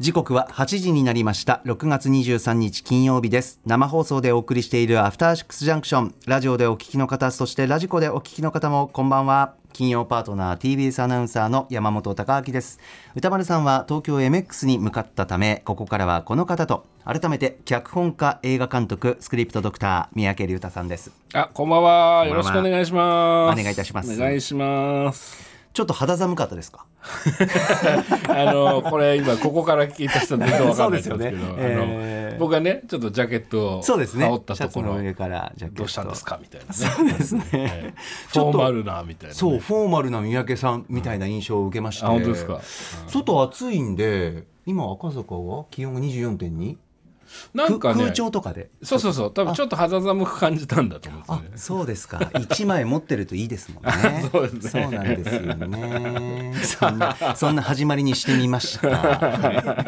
時刻は8時になりました。6月23日金曜日です。生放送でお送りしているアフターシックスジャンクション、ラジオでお聞きの方、そしてラジコでお聞きの方もこんばんは。金曜パートナー TBS アナウンサーの山本貴明です。歌丸さんは東京 MX に向かったため、ここからはこの方と、改めて脚本家、映画監督、スクリプトドクター三宅龍太さんです。 こんばんは。よろしくお願いします。 お願いいたします。 お願いします。 ちょっと肌寒かったですか？ これ今ここから聞いた人は全然分かんないんですけど、僕はねちょっとジャケットを羽織ったところ、 上からジャケットどうしたんですかみたいなね。 そうですね、 フォーマルなみたいな、ね、 そうフォーマルな三宅さんみたいな印象を受けまして、 本当ですか？ 外暑いんで、今赤坂は気温が 24.2？ なんかね、 空調とかでそう多分ちょっと肌寒く感じたんだと思うんですよね。 そうですか。1枚持ってるといいですもんね。 そうですね。 そうなんですよね。そんな始まりにしてみました。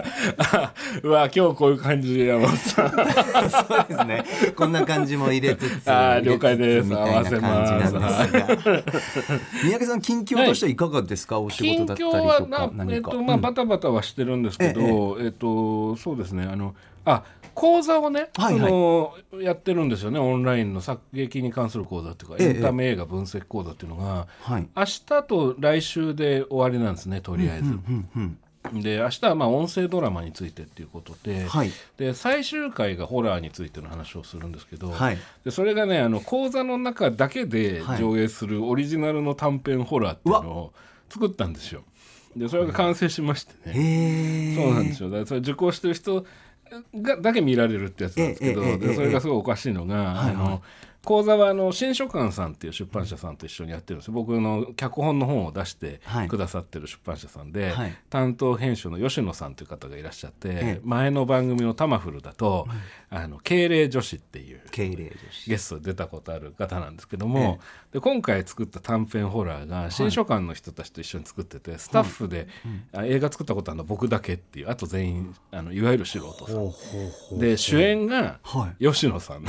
うわ今日こういう感じで山本さんそうですね、こんな感じも入れつつ了解です。 みたいな感じなんですが、三宅さん近況としてはいかがですか？お仕事だったりとか。 近況はバタバタはしてるんですけど、そうですね、講座をね、やってるんですよね。オンラインの作劇に関する講座っていうか、エンタメ映画分析講座っていうのが、明日と来週で終わりなんですね、とりあえず。で明日は音声ドラマについてっていうことで、で最終回がホラーについての話をするんですけど、でそれがね講座の中だけで上映するオリジナルの短編ホラーっていうのを作ったんですよ。でそれが完成しましてね、そうなんですよ。だからそれ受講してる人だけ見られるってやつなんですけど、でそれがすごいおかしいのが、講座は新書館さんっていう出版社さんと一緒にやってるんですよ。僕の脚本の本を出してくださってる出版社さんで、担当編集の吉野さんという方がいらっしゃって、前の番組のタマフルだと、敬礼女子っていうゲストで出たことある方なんですけども、で今回作った短編ホラーが新書館の人たちと一緒に作ってて、スタッフで、映画作ったことあるの僕だけっていう、あと全員いわゆる素人さんで、主演が吉野さん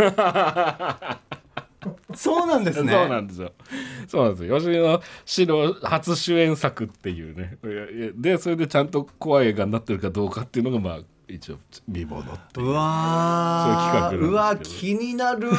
そうなんですね。 そうなんですよ。吉野史郎初主演作っていうね。でそれでちゃんと怖い映画になってるかどうかっていうのが一応見ものっていう、そういう企画なんですけど。 うわ気になる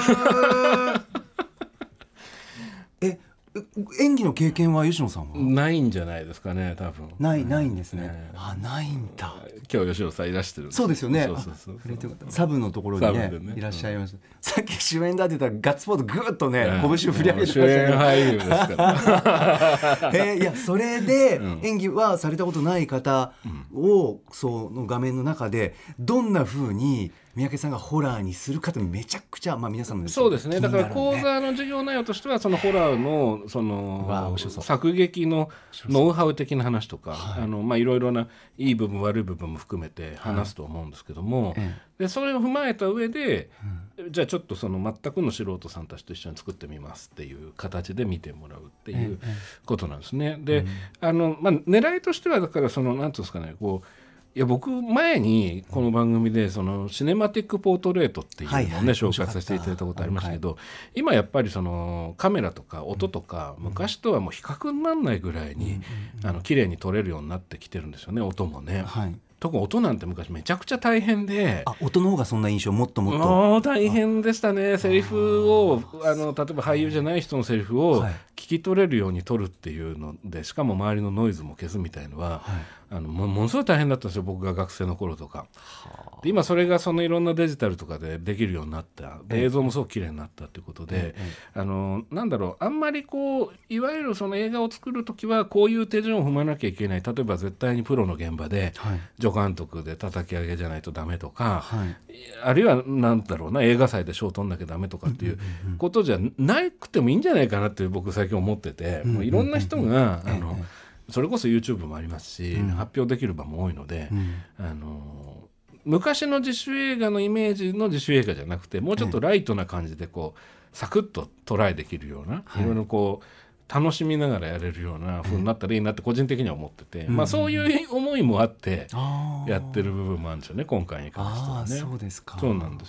演技の経験は吉野さんはないんじゃないですかね。多分ないんですね。ないんだ。 今日吉野さんいらしてるんです。 そうですよね。サブのところにねいらっしゃいます。さっき主演だって言ったらガッツポーズグーッとね、拳を振り上げてましたね。 主演俳優ですからいやそれで演技はされたことない方をその画面の中でどんな風に三宅さんがホラーにするかってめちゃくちゃ、皆さんのそうですね。だから講座の授業内容としてはそのホラーの作劇のノウハウ的な話とか、いろいろないい部分悪い部分も含めて話すと思うんですけども、でそれを踏まえた上で、じゃあちょっとその全くの素人さんたちと一緒に作ってみますっていう形で見てもらうっていうことなんですね。で、狙いとしてはだからなんていうんですかね、いや僕前にこの番組でそのシネマティックポートレートっていうのをね紹介させていただいたことありましたけど、今やっぱりそのカメラとか音とか昔とはもう比較にならないぐらいに綺麗に撮れるようになってきてるんですよね。音もね、特に音なんて昔めちゃくちゃ大変で、 音の方がそんな印象もっと大変でしたね。セリフを例えば俳優じゃない人のセリフを聞き取れるように撮るっていうので、しかも周りのノイズも消すみたいのは、ものすごい大変だったんですよ、僕が学生の頃とか。で今それがいろんなデジタルとかでできるようになった。で映像もすごく綺麗になったということで、なんだろう、あんまりいわゆるその映画を作るときはこういう手順を踏まなきゃいけない。例えば絶対にプロの現場で、助監督で叩き上げじゃないとダメとか、あるいはなんだろうな、映画祭で賞を取んなきゃダメとかっていうことじゃなくてもいいんじゃないかなって僕最近思ってて、もういろんな人がそれこそ YouTube もありますし、発表できる場も多いので、昔の自主映画のイメージの自主映画じゃなくて、もうちょっとライトな感じでサクッとトライできるような、いろいろ楽しみながらやれるような風になったらいいなって個人的には思ってて、そういう思いもあってやってる部分もあるんですよね、今回に関してはね。 そうですか。 そうなんですよ。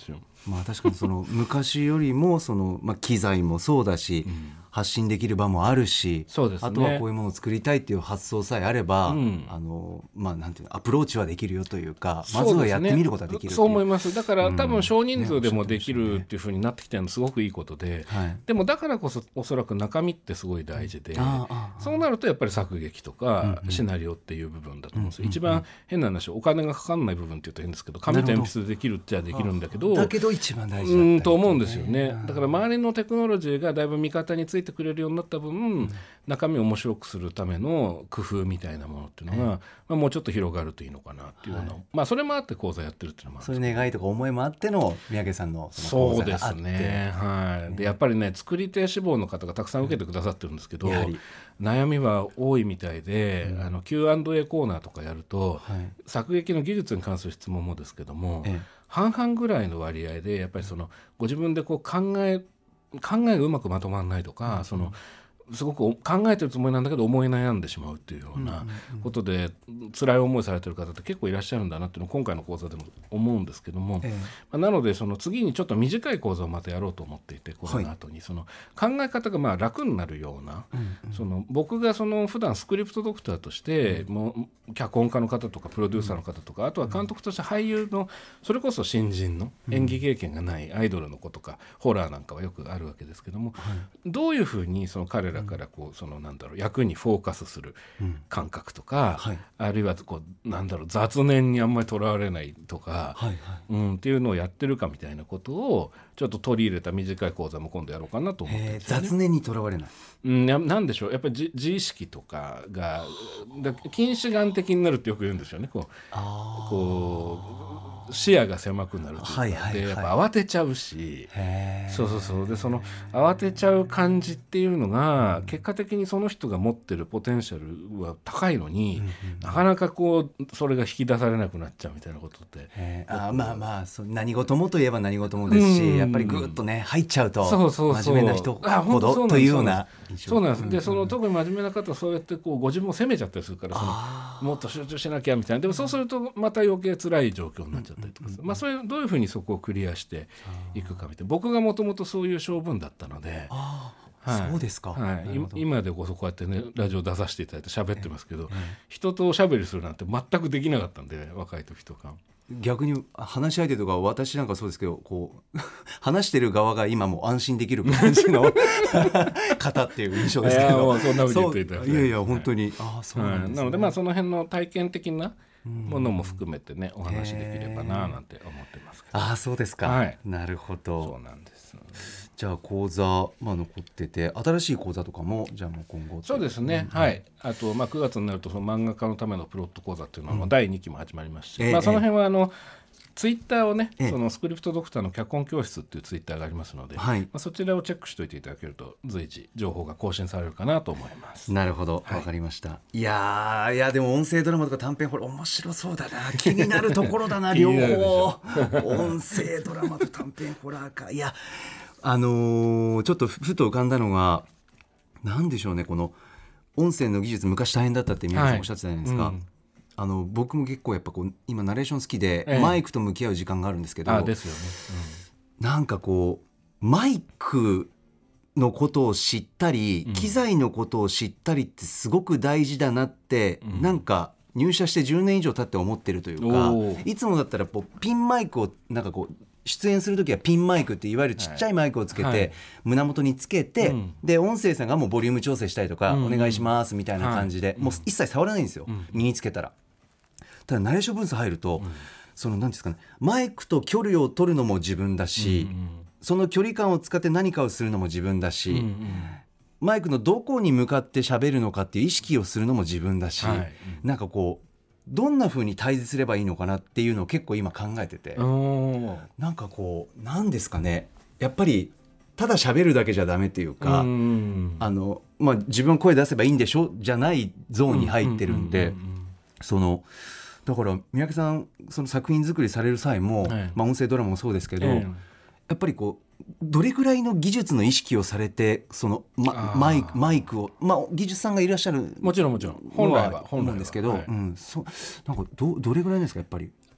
まあ確かにその昔よりもその、機材もそうだし、発信できる場もあるし、 そうですね、 あとはこういうものを作りたいっていう発想さえあれば、なんていうのアプローチはできるよというか、まずはやってみることはできる。 そう思います。だから、多分少人数でもできるっていう風になってきてるのすごくいいことで、でもだからこそおそらく中身ってすごい大事で、そうなるとやっぱり作劇とかシナリオっていう部分だと思うんですよ。一番変な話、お金がかかんない部分っていうと変ですけど、紙と鉛筆でできるっちゃできるんだけど、 一番大事だったと思うんですよね。だから周りのテクノロジーがだいぶ味方についてくれるようになった分、中身を面白くするための工夫みたいなものっていうのが、もうちょっと広がるといいのかなっていうような、それもあって講座やってるっていうのもある。 そういう願いとか思いもあっての三宅さんのその講座があって。 そうですね、でやっぱりね、作り手志望の方がたくさん受けてくださってるんですけど、悩みは多いみたいで、Q&A コーナーとかやると、作劇の技術に関する質問もですけども、半々ぐらいの割合でやっぱりそのご自分でこう考えがうまくまとまらないとか、そのすごく考えてるつもりなんだけど思い悩んでしまうっていうようなことで辛い思いされてる方って結構いらっしゃるんだなっていうのを今回の講座でも思うんですけども、なのでその次にちょっと短い講座をまたやろうと思っていて、コロナ後にその考え方が楽になるような、その僕がその普段スクリプトドクターとしてもう脚本家の方とかプロデューサーの方とか、あとは監督として俳優のそれこそ新人の演技経験がないアイドルの子とかホラーなんかはよくあるわけですけども、どういうふうにその彼らからこうその役にフォーカスする感覚とか、あるいはこう雑念にあんまりとらわれないとか、っていうのをやってるかみたいなことをちょっと取り入れた短い講座も今度やろうかなと思ってるんですよね。 雑念にとらわれない、 なんでしょう、やっぱり自意識とかが近視眼的になるってよく言うんですよね。こう視野が狭くなるというか、でやっぱ慌てちゃうし、そうでその慌てちゃう感じっていうのが、結果的にその人が持ってるポテンシャルは高いのに、なかなかこうそれが引き出されなくなっちゃうみたいなことって、 何事もといえば何事もですし、やっぱりグッとね入っちゃうと真面目な人ほどというような印象。 そうなんです。でその特に真面目な方はそうやってこうご自分を責めちゃったりするから、そのもっと集中しなきゃみたいな。でもそうするとまた余計辛い状況になっちゃったりとか、それどういうふうにそこをクリアしていくかみたいな。僕がもともとそういう性分だったので、 そうですか、 今でこそこうやってねラジオ出させていただいて喋ってますけど、人とおしゃべりするなんて全くできなかったんで、若い時とか。 逆に話し相手とか私なんかそうですけど、こう話してる側が今も安心できる感じの方っていう印象ですけど、 そんなふうに言っていただいて、 いや本当に、そうなんですね。 なのでその辺の体験的なものも含めてねお話できればななんて思ってますけど。 そうですか、なるほど。 そうなんです。 じゃあ講座、残ってて新しい講座とかもじゃあもう今後。 そうですね、あと9月になるとその漫画家のためのプロット講座っていうのは第2期も始まりますし、その辺はツイッターをね、そのスクリプトドクターの脚本教室っていうツイッターがありますので、そちらをチェックしておいていただけると随時情報が更新されるかなと思います。 なるほど、わかりました。いやでも音声ドラマとか短編ホラー面白そうだな、気になるところだな両方音声ドラマと短編ホラーか。いやちょっとふと浮かんだのが、なんでしょうね、この音声の技術昔大変だったって皆さんおっしゃってたじゃないですか。僕も結構やっぱこう今ナレーション好きで、マイクと向き合う時間があるんですけど、 ですよね、 なんかこうマイクのことを知ったり、機材のことを知ったりってすごく大事だなって、なんか入社して10年以上経って思ってるというか、いつもだったらピンマイクをなんかこう出演するときはピンマイクっていわゆるちっちゃいマイクをつけて、胸元につけて、で音声さんがもうボリューム調整したりとか、お願いしますみたいな感じで、もう一切触らないんですよ、身につけたら。ただナレーション分数入ると、その何ですかね、マイクと距離を取るのも自分だし、その距離感を使って何かをするのも自分だし、マイクのどこに向かって喋るのかっていう意識をするのも自分だし、なんかこうどんな風に対峙すればいいのかなっていうのを結構今考えてて、なんかこうなんですかね、やっぱりただ喋るだけじゃダメっていうか、自分声出せばいいんでしょじゃないゾーンに入ってるんで、だから三宅さんその作品作りされる際も、音声ドラマもそうですけど、やっぱりこうどれぐらいの技術の意識をされてその、マイクを、技術さんがいらっしゃるもちろん本来は思うんですけど、なんかどれぐらいですかやっぱり。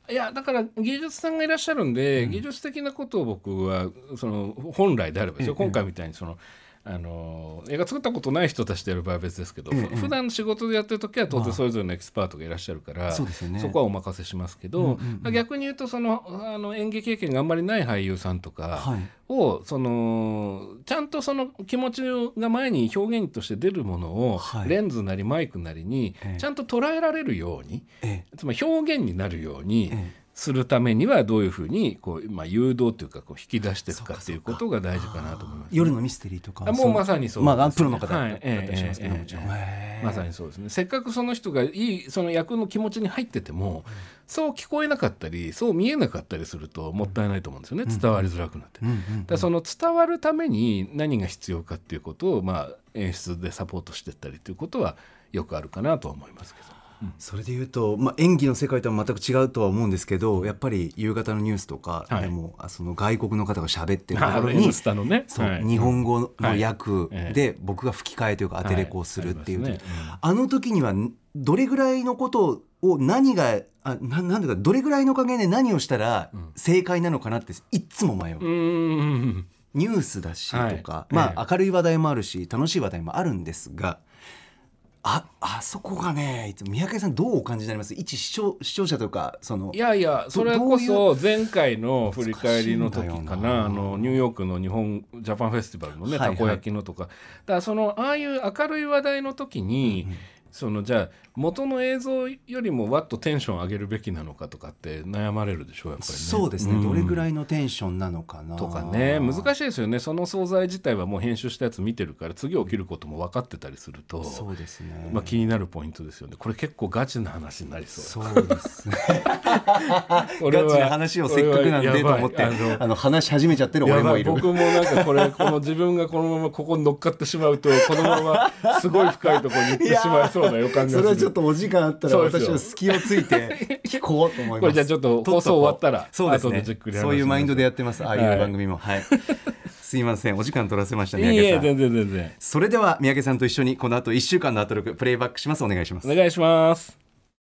いやだから技術さんがいらっしゃるんで、技術的なことを僕はその本来であればですよ、今回みたいにその映画作ったことない人たちでやる場合は別ですけど、普段仕事でやってる時は当然それぞれのエキスパートがいらっしゃるから、そこはお任せしますけど、逆に言うとその演劇経験があんまりない俳優さんとかを、そのちゃんとその気持ちが前に表現として出るものを、レンズなりマイクなりにちゃんと捉えられるように、つまり表現になるようにするためにはどういうふうにこう、誘導というかこう引き出していくかっていうことが大事かなと思います、 夜のミステリーとかもうまさにそうです、 プロの方だったりしますけど、もちろんまさにそうですね。せっかくその人がいいその役の気持ちに入ってても、そう聞こえなかったりそう見えなかったりするともったいないと思うんですよね、伝わりづらくなって、だからその伝わるために何が必要かっていうことを、演出でサポートしていったりということはよくあるかなとは思いますけど、 それでいうと、演技の世界とは全く違うとは思うんですけど、やっぱり夕方のニュースとかでも、その外国の方が喋ってるところに、日本語の訳で僕が吹き替えというかアテレコをするっていう、あの時にはどれぐらいのことを何がなんていうか、どれぐらいの加減で何をしたら正解なのかなっていつも迷う。ニュースだしとか、明るい話題もあるし楽しい話題もあるんですが、あそこがね、いつも三宅さんどうお感じになります？一視聴者とかいやそれこそ前回の振り返りの時かな、ニューヨークのジャパンフェスティバルのね、たこ焼きのとか、だからああいう明るい話題の時に、じゃあ元の映像よりもワッとテンション上げるべきなのかとかって悩まれるでしょう、やっぱりね。 そうですね、どれぐらいのテンションなのかなとかね、難しいですよね。その素材自体はもう編集したやつ見てるから次起きることも分かってたりすると、 そうですね、 気になるポイントですよね。これ結構ガチな話になりそう。 そうですねガチな話をせっかくなんでと思って話し始めちゃってる俺もいる。 僕もなんかこの自分がこのままここに乗っかってしまうとこのまますごい深いところに行ってしまいそうな予感がする。 それはちょっとお時間あったら私は隙をついて聞こうと思います。 これじゃあちょっと放送終わったらそうですね、そういうマインドでやってます、ああいう番組も、すいません、お時間取らせました。三宅さん、 全然。 それでは三宅さんと一緒にこの後1週間のアトロクプレイバックします。お願いします。 お願いします。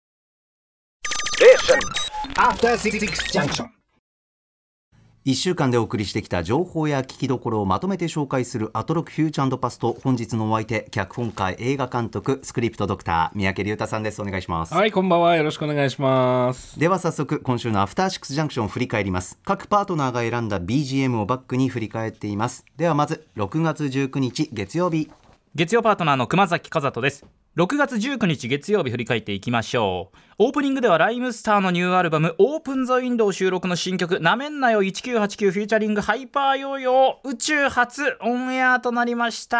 1週間でお送りしてきた情報や聞きどころをまとめて紹介するアトロクフューチャー&パスト。本日のお相手、脚本家、映画監督、スクリプトドクター三宅龍太さんです。お願いします。 はい、こんばんは、よろしくお願いします。 では早速今週のアフターシックスジャンクションを振り返ります。各パートナーが選んだ BGM をバックに振り返っています。ではまず6月19日月曜日、 月曜パートナーの熊崎和人です。6月19日月曜日振り返っていきましょう。オープニングではライムスターのニューアルバムオープンザウィンドウ収録の新曲なめんなよ1989フューチャリングハイパーヨーヨー、宇宙初オンエアとなりました。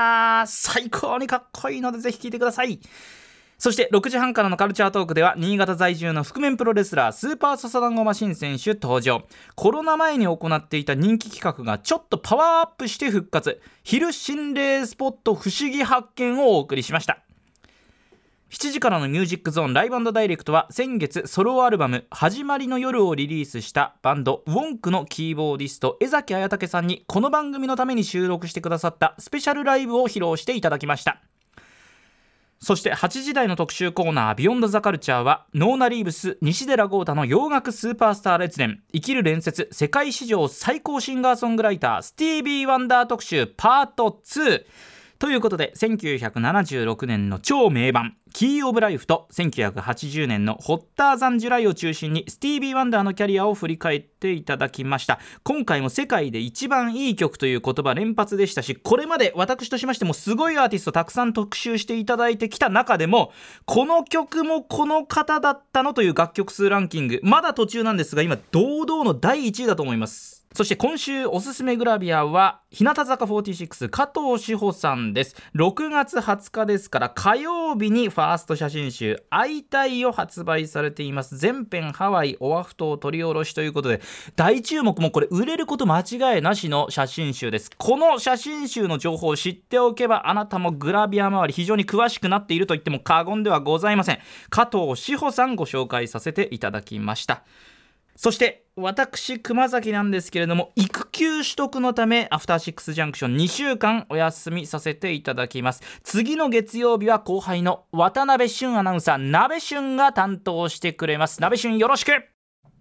最高にかっこいいのでぜひ聴いてください。そして6時半からのカルチャートークでは新潟在住の覆面プロレスラースーパーササダンゴマシン選手登場。コロナ前に行っていた人気企画がちょっとパワーアップして復活。昼心霊スポット不思議発見をお送りしました。7時からのミュージックゾーンライブ&ダイレクトは先月ソロアルバム始まりの夜をリリースしたバンドウォンクのキーボーディスト江崎綾武さんにこの番組のために収録してくださったスペシャルライブを披露していただきました。そして8時台の特集コーナービヨンドザカルチャーはノーナ・リーブス西寺豪太の洋楽スーパースター列伝生きる伝説世界史上最高シンガーソングライタースティービー・ワンダー特集パート2ということで、1976年の超名盤キーオブライフと1980年のホッターザンジュライを中心にスティービー・ワンダーのキャリアを振り返っていただきました。今回も世界で一番いい曲という言葉連発でしたし、これまで私としましてもすごいアーティストたくさん特集していただいてきた中でもこの曲もこの方だったのという楽曲数ランキングまだ途中なんですが今堂々の第1位だと思います。そして今週おすすめグラビアは日向坂46加藤史帆さんです。6月20日ですから火曜日にファースト写真集会いたいを発売されています。全編ハワイオアフ島取り下ろしということで大注目、もこれ売れること間違いなしの写真集です。この写真集の情報を知っておけばあなたもグラビア周り非常に詳しくなっていると言っても過言ではございません。加藤史帆さんご紹介させていただきました。そして私熊崎なんですけれども育休取得のためアフターシックスジャンクション2週間お休みさせていただきます。次の月曜日は後輩の渡辺俊アナウンサー鍋俊が担当してくれます。鍋俊よろしく。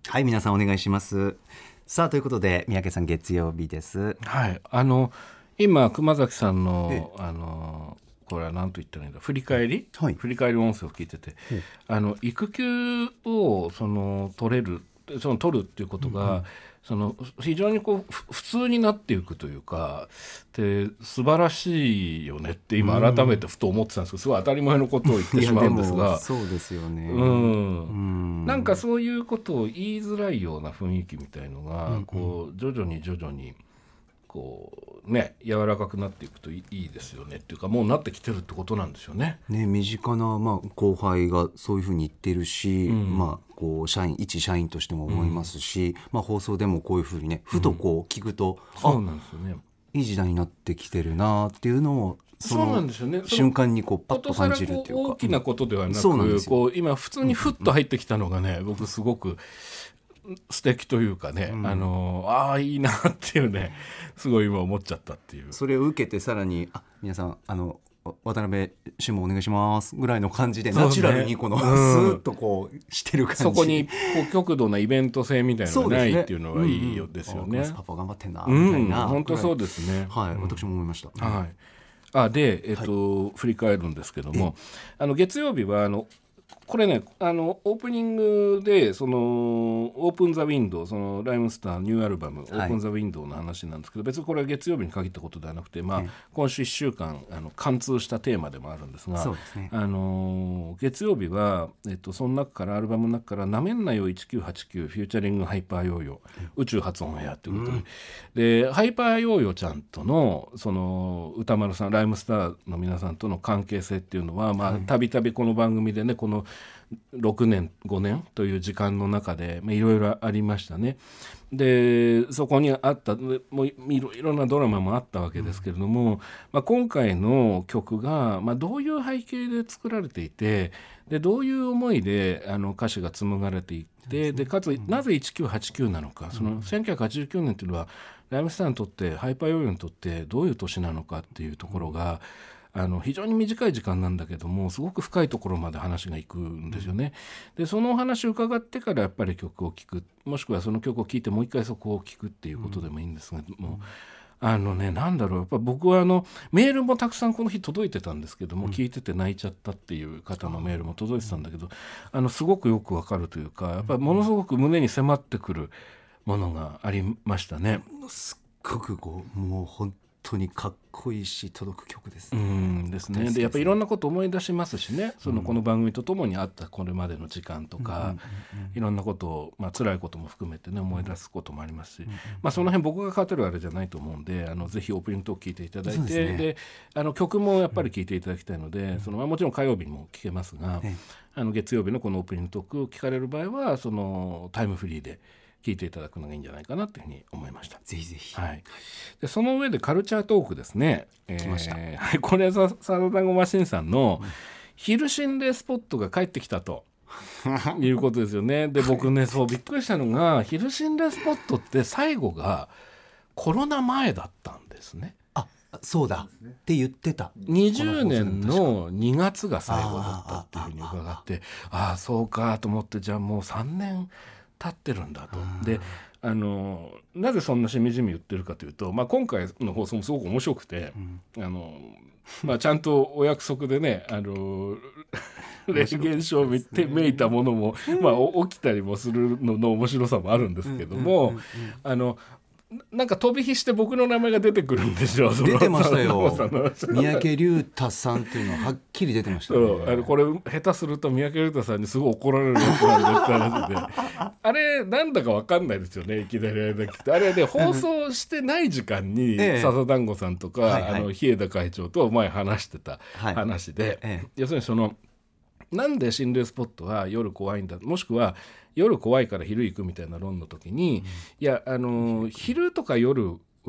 はい、皆さんお願いします。さあということで三宅さん月曜日です。 はい、今熊崎さんのこれは何と言ったらいいんだ、振り返り音声を聞いてて、育休を取るっていうことが、非常にこう普通になっていくというかで素晴らしいよねって今改めてふと思ってたんですけど、すごい当たり前のことを言ってしまうんですが、 そうですよね。 なんかそういうことを言いづらいような雰囲気みたいのが、こう徐々にこうね柔らかくなっていくといいですよねっていうか、もうなってきてるってことなんですよね。 身近な、後輩がそういうふうに言ってるし、こう一社員としても思いますし、放送でもこういうふうにねふとこう聞くと、 そうなんですよね、 いい時代になってきてるなっていうのをそうなんですよね、 瞬間にこうパッと感じるっていうか、 大きなことではなく、こう今普通にふっと入ってきたのがね、僕すごく素敵というかね、いいなっていうね、すごい今思っちゃったっていう。 それを受けてさらに皆さん渡辺主もお願いしますぐらいの感じで、ナチュラルにこのスーッとこうしてる感じ、 そこにこう極度なイベント性みたいなのがないっていうのがいいよですよね。 パパ頑張ってんなみたいな、 本当そうですね。 はい、私も思いました。 で、振り返るんですけども、月曜日はこれねオープニングでオープンザウィンドウ、ライムスターニューアルバム、オープンザウィンドウの話なんですけど、別にこれは月曜日に限ったことではなくて、今週1週間貫通したテーマでもあるんですが、 そうですね、 月曜日は、その中からアルバムの中からなめんなよ1989フューチャリングハイパーヨーヨー、宇宙発音やということで、でハイパーヨーヨーちゃんとの歌丸さんライムスターの皆さんとの関係性っていうのはたびたびこの番組でね、この6年5年という時間の中でいろいろありましたね。でそこにあったもういろいろなドラマもあったわけですけれども、今回の曲が、どういう背景で作られていて、でどういう思いで歌詞が紡がれていって、でかつなぜ1989なのか、その1989年というのはライムスターにとってハイパーヨーヨーにとってどういう年なのかっていうところが非常に短い時間なんだけどもすごく深いところまで話がいくんですよね。でそのお話を伺ってからやっぱり曲を聴く、もしくはその曲を聴いてもう一回そこを聴くっていうことでもいいんですが、なんだろう、やっぱ僕はメールもたくさんこの日届いてたんですけども、聞いてて泣いちゃったっていう方のメールも届いてたんだけど、すごくよくわかるというか、やっぱりものすごく胸に迫ってくるものがありましたね。 すっごくもう本当にかっこいいし届く曲ですね。でやっぱりいろんなこと思い出しますしね、この番組とともにあったこれまでの時間とか、いろんなことを、辛いことも含めてね思い出すこともありますし、その辺僕が語るあれじゃないと思うんで、ぜひオープニングトーク聞いていただいて、で曲もやっぱり聞いていただきたいので、もちろん火曜日も聞けますが、月曜日のこのオープニングトークを聞かれる場合はタイムフリーで聞いていただくのがいいんじゃないかなというふうに思いました。 ぜひぜひ、 でその上でカルチャートークですね、 来ました。 これサラダゴマシンさんの昼心霊スポットが帰ってきたということですよね。で僕ねびっくりしたのが、昼心霊スポットって最後がコロナ前だったんですね。 そうだって言ってた。 20年の2月が最後だったっていうふうに伺って、そうかと思って、じゃあもう3年経ってるんだと。でなぜそんなしみじみ言ってるかというと、今回の放送もすごく面白くて、ちゃんとお約束でね霊現象をめいたものも起きたりもするのの面白さもあるんですけども、なんか飛び火して僕の名前が出てくるんですよ。 出てましたよ。三宅龍太さんっていうのははっきり出てましたね。 これ下手すると三宅龍太さんにすごい怒られるやつなんでって話であれなんだか分かんないですよね、いきなりあれだけ。あれで放送してない時間に笹団子さんとか日枝会長と前話してた話で、要するになんで心霊スポットは夜怖いんだ、もしくは夜怖いから昼行くみたいな論の時に、いや昼とか夜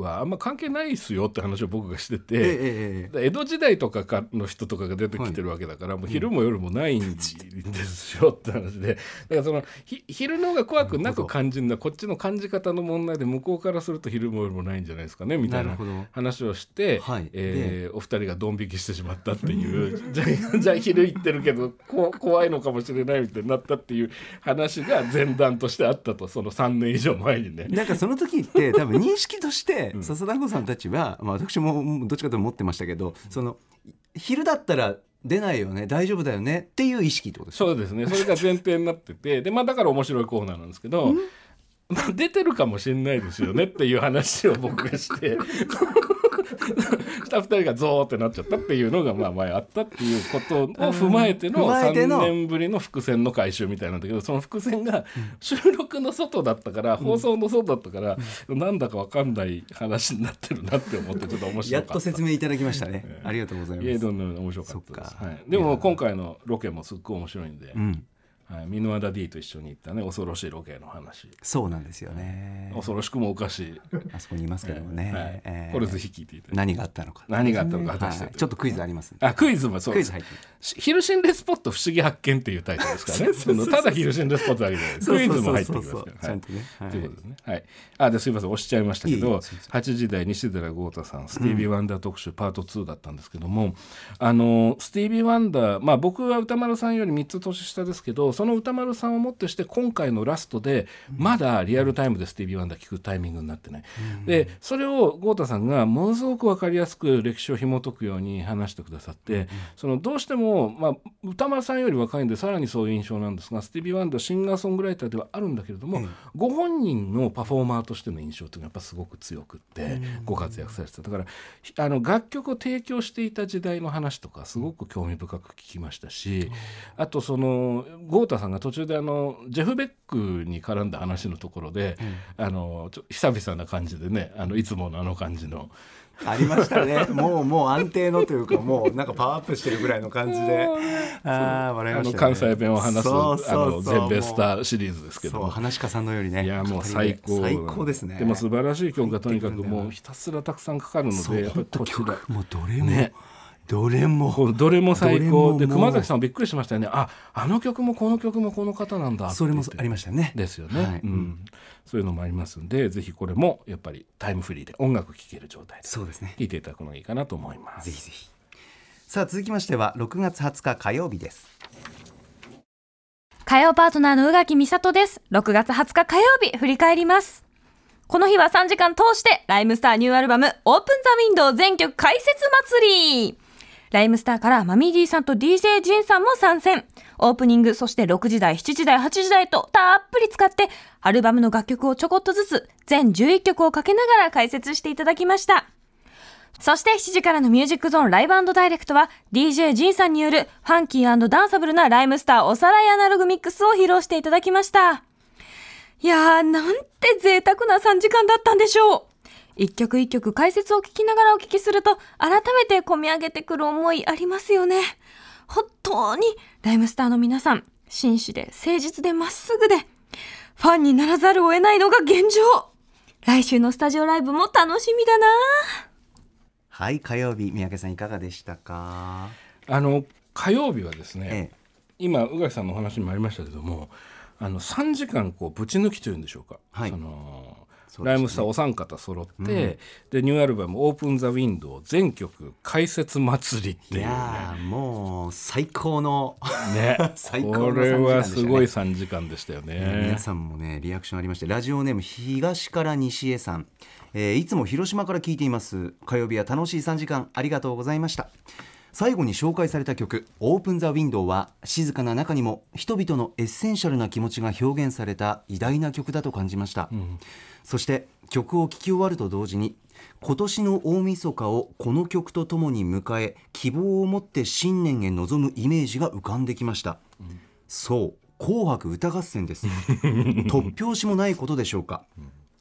はあんま関係ないっすよって話を僕がしてて、江戸時代とかの人とかが出てきてるわけだから、もう昼も夜もないんですよって話で、だからその昼の方が怖くなく感じるのはこっちの感じ方の問題で、向こうからすると昼も夜もないんじゃないですかねみたいな話をして、お二人がドン引きしてしまったっていうじゃあ昼行ってるけど怖いのかもしれないみたいになったっていう話が前段としてあったと、その3年以上前にね。 なんかその時って多分認識として笹団子さんたちは、私もどっちかと思ってましたけど、その昼だったら出ないよね、大丈夫だよねっていう意識ってことですか？ そうですね、それが前提になっててで、だから面白いコーナーなんですけど、出てるかもしれないですよねっていう話を僕がして2人がゾーってなっちゃったっていうのが前あったっていうことを踏まえての3年ぶりの伏線の回収みたいなんだけど、その伏線が収録の外だったから、放送の外だったから、なんだか分かんない話になってるなって思ってちょっと面白かった。 やっと説明いただきましたね、ありがとうございます。 どんどん面白かったです、でも今回のロケもすっごい面白いんで、箕輪田 D と一緒に行ったね、恐ろしいロケの話。 そうなんですよね、 恐ろしくもおかしいあそこにいますけどもね、 これぜひ聞いていただいて、 何があったのか果たして、 ちょっとクイズあります。 クイズもそうです。 クイズ入って昼心霊スポット不思議発見っていうタイトルですからねただ昼心霊スポットだけじゃない、クイズも入ってきますから、 ちゃんとね、 ということですね。ですいません押しちゃいましたけど、8時台西寺豪太さんスティービー・ワンダー特集パート2だったんですけども、スティービー・ワンダー、僕は歌丸さんより3つ年下ですけど、その歌丸さんをもってして今回のラストでまだリアルタイムでスティービー・ワンダー聞くタイミングになってない、でそれを豪太さんがものすごく分かりやすく歴史を紐解くように話してくださって、そのどうしても、歌丸さんより若いんでさらにそういう印象なんですが、スティービー・ワンダーシンガーソングライターではあるんだけれども、ご本人のパフォーマーとしての印象というのはやっぱすごく強くって、ご活躍されてた。だから楽曲を提供していた時代の話とかすごく興味深く聞きましたし、あとその豪太さんが途中でジェフ・ベックに絡んだ話のところで、久々な感じでね、いつもの感じのありましたねもう安定のというか、もうなんかパワーアップしてるぐらいの感じで笑いましたね。 関西弁を話す全米スターシリーズですけども、 話し家さんのよりね、 いやもう最高ですね。でも素晴らしい曲がとにかくもうひたすらたくさんかかるので、やっぱりこちらもうどれも最高で、熊崎さんびっくりしましたよね。あの曲もこの曲もこの方なんだって。 それもありましたね。 ですよね、そういうのもありますんで、ぜひこれもやっぱりタイムフリーで音楽聴ける状態で聴いていただくのがいいかなと思います。 ぜひぜひ。さあ続きましては6月20日火曜日です。 火曜パートナーの宇垣美里です。6月20日火曜日振り返ります。この日は3時間通してライムスターニューアルバムオープンザウィンドウ全曲解説祭り。ライムスターからマミー D さんと DJ ジンさんも参戦。オープニング、そして6時台、7時台、8時台とたっぷり使ってアルバムの楽曲をちょこっとずつ全11曲をかけながら解説していただきました。そして7時からのミュージックゾーンライブ&ダイレクトは DJ ジンさんによるファンキー&ダンサブルなライムスターおさらいアナログミックスを披露していただきました。いやー、なんて贅沢な3時間だったんでしょう。一曲一曲解説を聞きながらお聞きすると改めて込み上げてくる思いありますよね。本当にライムスターの皆さん、真摯で誠実でまっすぐでファンにならざるを得ないのが現状。来週のスタジオライブも楽しみだな。 はい、火曜日、三宅さんいかがでしたか？ 火曜日はですね、今宇垣さんのお話にもありましたけども、3時間ぶち抜きというんでしょうか、ライムスターお三方揃って、でニューアルバムオープンザウィンドウ全曲解説祭りっていうね、いやもう最高の最高のこれはすごい3時間でしたよね。 皆さんもねリアクションありまして、ラジオネーム東から西へさん、いつも広島から聞いています。火曜日は楽しい3時間ありがとうございました。最後に紹介された曲オープンザウィンドウは静かな中にも人々のエッセンシャルな気持ちが表現された偉大な曲だと感じました、そして曲を聴き終わると同時に今年の大晦日をこの曲とともに迎え希望を持って新年へ臨むイメージが浮かんできました、そう紅白歌合戦です突拍子もないことでしょうか。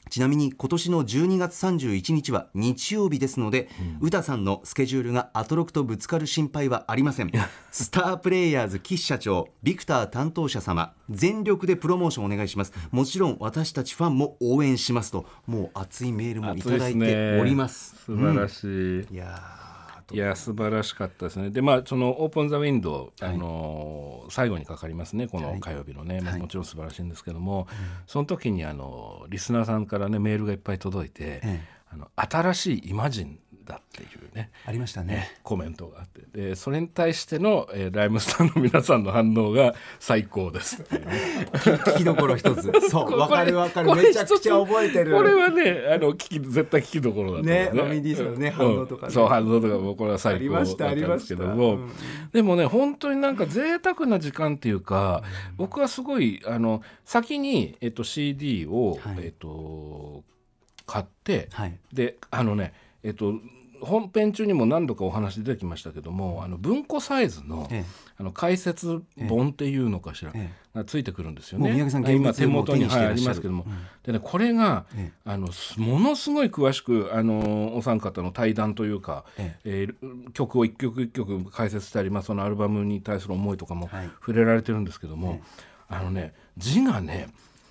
ちなみに今年の12月31日は日曜日ですので、歌さんのスケジュールがアトロクとぶつかる心配はありません。スタープレイヤーズ岸社長、ビクター担当者様、全力でプロモーションお願いします。もちろん私たちファンも応援しますと、もう熱いメールもいただいております。 素晴らしい、いや素晴らしかったですね。でそのオープンザウィンドウ、最後にかかりますね、この火曜日のね、もちろん素晴らしいんですけども、その時にリスナーさんからねメールがいっぱい届いて、新しいイマジンだっていうねありましたね、 コメントがあって、でそれに対しての、ライムスターの皆さんの反応が最高ですっていうね聞きどころ一つそう分かるめちゃくちゃ覚えてる。 これはね絶対聞きどころだと思うね。 マミディさんのね反応とかね、 そう反応とかもこれは最高だったんですけども、でもね本当になんか贅沢な時間っていうか、僕はすごい先に、CD を、買って、で本編中にも何度かお話出てきましたけども、文庫サイズの、解説本っていうのかしら、がついてくるんですよね。今手元に、ありますけども、でねこれが、ものすごい詳しくお三方の対談というか、曲を一曲一曲解説したり、そのアルバムに対する思いとかも触れられてるんですけども、字がね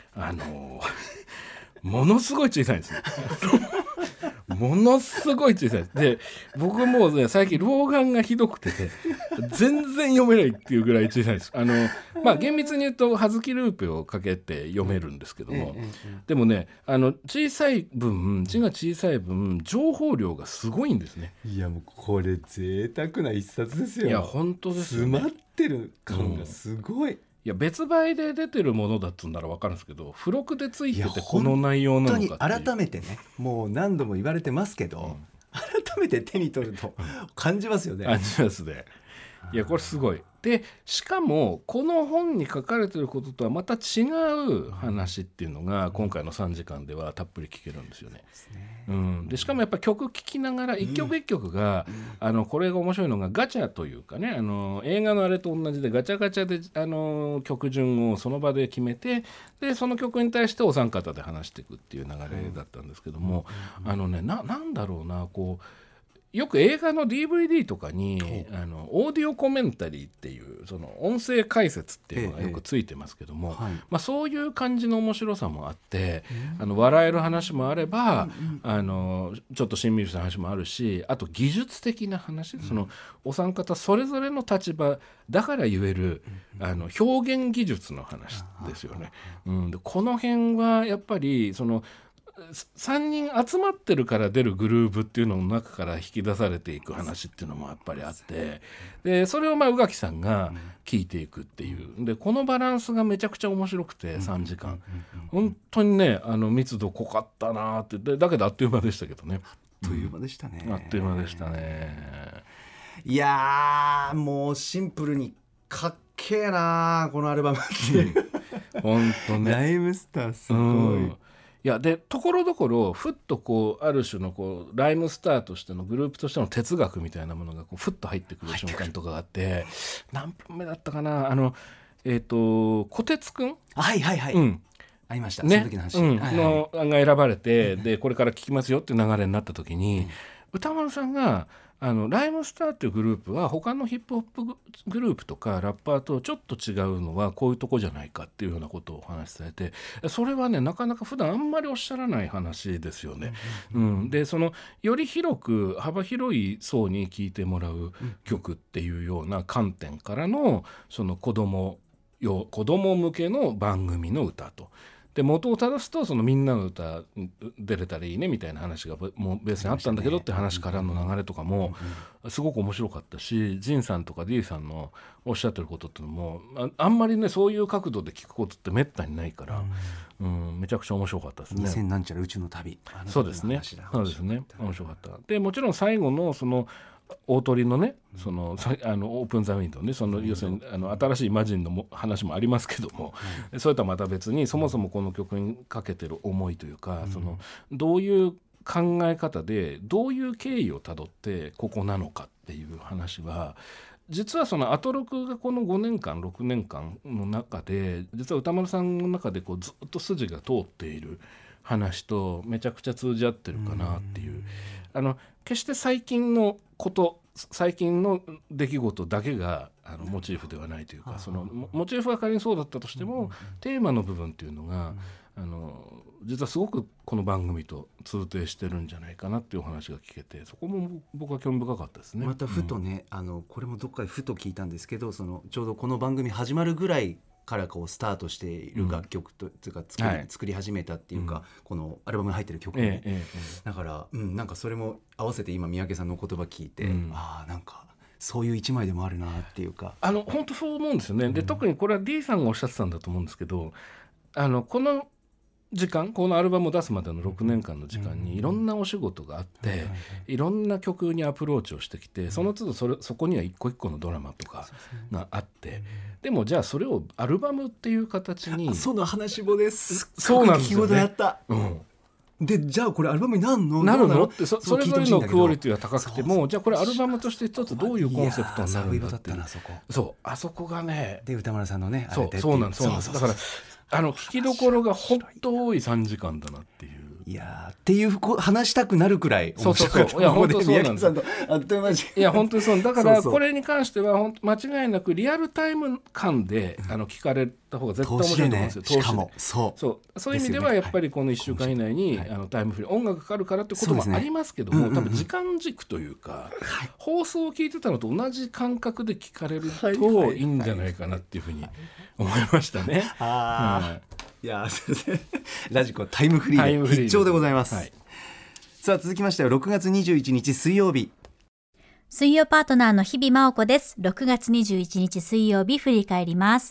ものすごい小さいんですねものすごい小さいで、僕もうね最近老眼がひどくて全然読めないっていうぐらい小さいです。厳密に言うと葉月ルーペをかけて読めるんですけども、でもね小さい分、字が小さい分情報量がすごいんですね。 いやもうこれ贅沢な一冊ですよ。 いや本当ですよね。 詰まってる感がすごい、 いや別売で出てるものだっつんなら分かるんですけど、付録でついててこの内容なのかっていう。 本当に改めてね、もう何度も言われてますけど、改めて手に取ると感じますよね。 感じますね。いやこれすごい。でしかもこの本に書かれてることとはまた違う話っていうのが今回の3時間ではたっぷり聞けるんですよね。でしかもやっぱ曲聴きながら一曲一曲が、これが面白いのがガチャというかね、映画のあれと同じでガチャガチャで曲順をその場で決めて、でその曲に対してお三方で話していくっていう流れだったんですけども、なんだろうな、こうよく映画の DVD とかにオーディオコメンタリーっていうその音声解説っていうのがよくついてますけども、そういう感じの面白さもあって、笑える話もあれば、ちょっとしんみりした話もあるし、あと技術的な話、そのお三方それぞれの立場だから言える表現技術の話ですよね。でこの辺はやっぱりその3人集まってるから出るグルーヴっていうのの中から引き出されていく話っていうのもやっぱりあって、でそれを宇垣さんが聞いていくっていう、でこのバランスがめちゃくちゃ面白くて3時間本当にね密度濃かったなって。だけどあっという間でしたけどね。 あっという間でしたね。 あっという間でしたね。 いやもうシンプルにかっけえなこのアルバムっていう本当ねライムスターすごい、 いやでところどころふっとこうある種のこうライムスターとしてのグループとしての哲学みたいなものがこうふっと入ってくる瞬間とかがあって、何分目だったかな、小鉄くん、ありました、 ね、 その時の話、 のが選ばれて、でこれから聞きますよっていう流れになった時に、歌丸さんがライムスターっていうグループは他のヒップホップグループとかラッパーとちょっと違うのはこういうとこじゃないかっていうようなことをお話しされて、それはねなかなか普段あんまりおっしゃらない話ですよね。でそのより広く幅広い層に聴いてもらう曲っていうような観点からのその子供向けの番組の歌と。で元を正すとそのみんなの歌出れたらいいねみたいな話がもうベースにあったんだけどって話からの流れとかもすごく面白かったし、ジンさんとか D さんのおっしゃってることっていうのもあんまりねそういう角度で聞くことってめったにないから、めちゃくちゃ面白かったですね。 2000なんちゃら宇宙の旅、 そうですね、そうですね、面白かった。でもちろん最後のその大鳥のね、そのオープンザウィンドウね、その要するに新しいイマジンの話もありますけども、それとはまた別にそもそもこの曲にかけてる思いというか、そのどういう考え方でどういう経緯をたどってここなのかっていう話は、実はそのアトロクがこの5年間6年間の中で実は歌丸さんの中でこうずっと筋が通っている話とめちゃくちゃ通じ合ってるかなっていう、決して最近の出来事だけがモチーフではないというか、そのモチーフが仮にそうだったとしても、テーマの部分っていうのが、実はすごくこの番組と通底してるんじゃないかなっていうお話が聞けて、そこも僕は興味深かったですね。 またふとね、これもどっかでふと聞いたんですけど、ちょうどこの番組始まるぐらいからスタートしている楽曲というか作り始めたっていうか、このアルバムに入ってる曲ね、だから、なんかそれも合わせて今三宅さんの言葉聞いて、なんかそういう一枚でもあるなっていうか、 本当そう思うんですよね。で特にこれは D さんがおっしゃってたんだと思うんですけど、この時間、このアルバムを出すまでの6年間の時間にいろんなお仕事があって、いろんな曲にアプローチをしてきて、その都度そこには一個一個のドラマとかがあって、でもじゃあそれをアルバムっていう形に、 その話もです。 そうなんですよね。 聞き応えあった、でじゃあこれアルバムになるのって、それぞれのクオリティは高くても、じゃあこれアルバムとして一つどういうコンセプトになるんだっていう、あそこがね、 で歌丸さんのね、 そうなんです。だから聞きどころが本当多い3時間だなっていう。 いやっていう話したくなるくらい面白かった。 いや本当そうなんです。 あっという間に。 いや本当にそうだから、これに関しては間違いなくリアルタイム感で聞かれた方が絶対面白いと思うんですよ。 しかもそういう意味ではやっぱりこの1週間以内にタイムフリー音楽かかるからってこともありますけども、多分時間軸というか、放送を聞いてたのと同じ感覚で聞かれるといいんじゃないかなっていうふうに思いましたね。 いやすいませんラジコタイムフリーで必聴でございます、さあ続きましては6月21日水曜日、 水曜パートナーの日々真央子です。6月21日水曜日振り返ります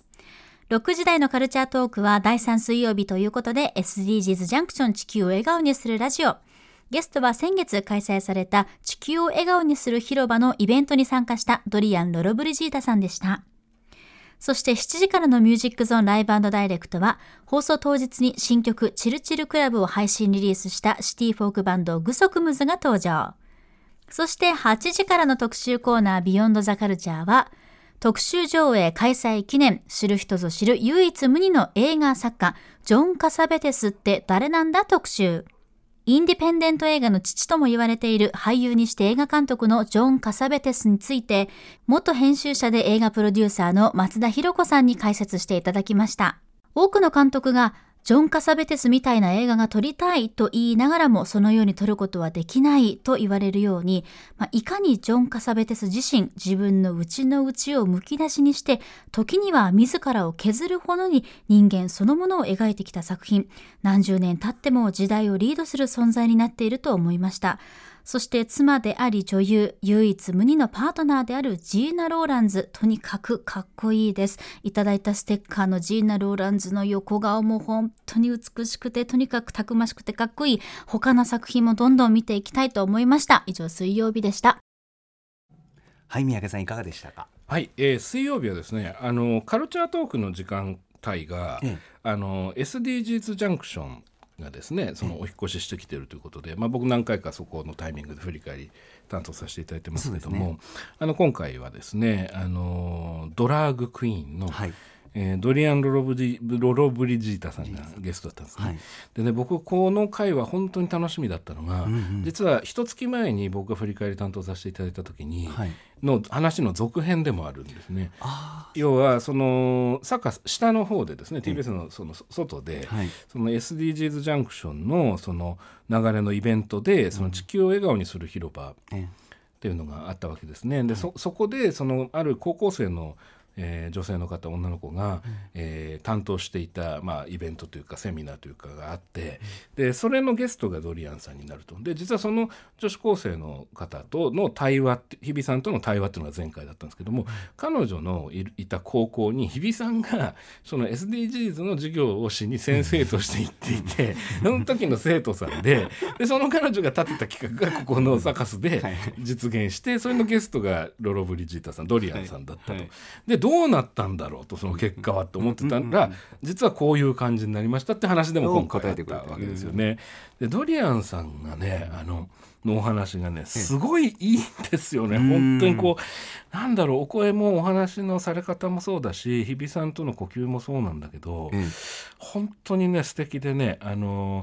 。6時台のカルチャートークは第3水曜日ということで SDGs ジャンクション地球を笑顔にするラジオ。ゲストは先月開催された地球を笑顔にする広場のイベントに参加したドリアン・ロロブリジータさんでした。そして7時からのミュージックゾーンライブ&ダイレクトは放送当日に新曲チルチルクラブを配信リリースしたシティフォークバンドグソクムズが登場。そして8時からの特集コーナービヨンドザカルチャーは特集上映開催記念、知る人ぞ知る唯一無二の映画作家ジョン・カサベテスって誰なんだ特集。インディペンデント映画の父とも言われている俳優にして映画監督のジョン・カサベテスについて、元編集者で映画プロデューサーの松田博子さんに解説していただきました。多くの監督がジョン・カサベテスみたいな映画が撮りたいと言いながらもそのように撮ることはできないと言われるように、いかにジョン・カサベテス自身自分の内の内をむき出しにして時には自らを削るほどに人間そのものを描いてきた作品、何十年経っても時代をリードする存在になっていると思いました。そして妻であり女優、唯一無二のパートナーであるジーナ・ローランズ、とにかくかっこいいです。いただいたステッカーのジーナ・ローランズの横顔も本当に美しくて、とにかくたくましくてかっこいい。他の作品もどんどん見ていきたいと思いました。以上、水曜日でした。 はい、三宅さんいかがでしたか。 はい、水曜日はですね、カルチャートークの時間帯が、SDGs ジャンクションがですね、そのお引越ししてきているということで、僕何回かそこのタイミングで振り返り担当させていただいてますけども、今回はですね、ドラァグクイーンの、ドリアン・ロロブリジータさんがゲストだったんですね。でね、僕この回は本当に楽しみだったのが、実は一月前に僕が振り返り担当させていただいた時に、の話の続編でもあるんですね。要はその下の方でですね、TBS のその外で、その SDGs ジャンクションのその流れのイベントで、その地球を笑顔にする広場っていうのがあったわけですね。でそこでそのある高校生の女性の方、女の子が、担当していた、イベントというかセミナーというかがあって、でそれのゲストがドリアンさんになると。で実はその女子高生の方との対話、日比さんとの対話っていうのが前回だったんですけども、彼女のいた高校に日比さんがその SDGs の授業をしに先生として行っていて、その時の生徒さんで、その彼女が立てた企画がここのサカスで実現して、それのゲストがロロブリジータさん、ドリアンさんだったと。でどうなったんだろうと、その結果はって思ってたら、実はこういう感じになりましたって話でも今回あったわけですよね。でドリアンさんがね、のお話がねすごいいいんですよね。本当にこうなんだろう、お声もお話のされ方もそうだし、日比さんとの呼吸もそうなんだけど、本当にね素敵でね、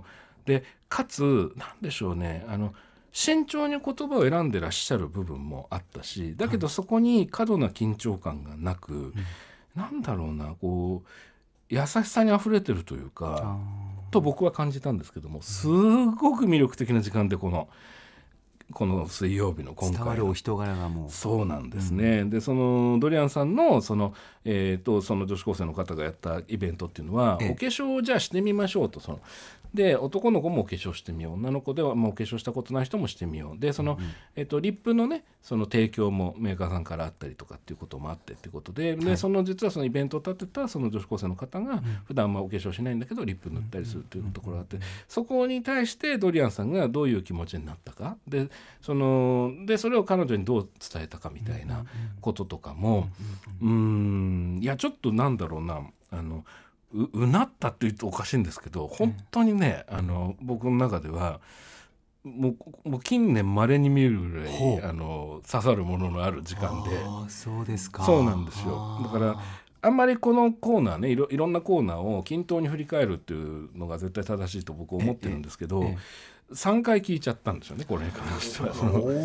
でかつなんでしょうね、慎重に言葉を選んでらっしゃる部分もあったし、だけどそこに過度な緊張感がなく、なんだろうな、こう優しさにあふれてるというかと僕は感じたんですけども、すごく魅力的な時間でこの水曜日の今回の伝わるお人柄がもうそうなんですね、でそのドリアンさんのその女子高生の方がやったイベントっていうのは、お化粧をじゃあしてみましょうと、で男の子もお化粧してみよう、女の子ではもうお化粧したことない人もしてみようで、リップのねその提供もメーカーさんからあったりとかっていうこともあってっていうことで、実はそのイベントを立てたその女子高生の方が普段お化粧しないんだけどリップ塗ったりするっていうところがあって、そこに対してドリアンさんがどういう気持ちになったかでそれを彼女にどう伝えたかみたいなこととかも、いやちょっとなんだろうな、うなったって言うとおかしいんですけど、本当にね、僕の中ではもう近年稀に見るぐらい刺さるもののある時間で。 そうですか。 そうなんですよ。だからあんまりこのコーナーね、いろんなコーナーを均等に振り返るっていうのが絶対正しいと僕は思ってるんですけど、3回聞いちゃったんですよね、これに関しては。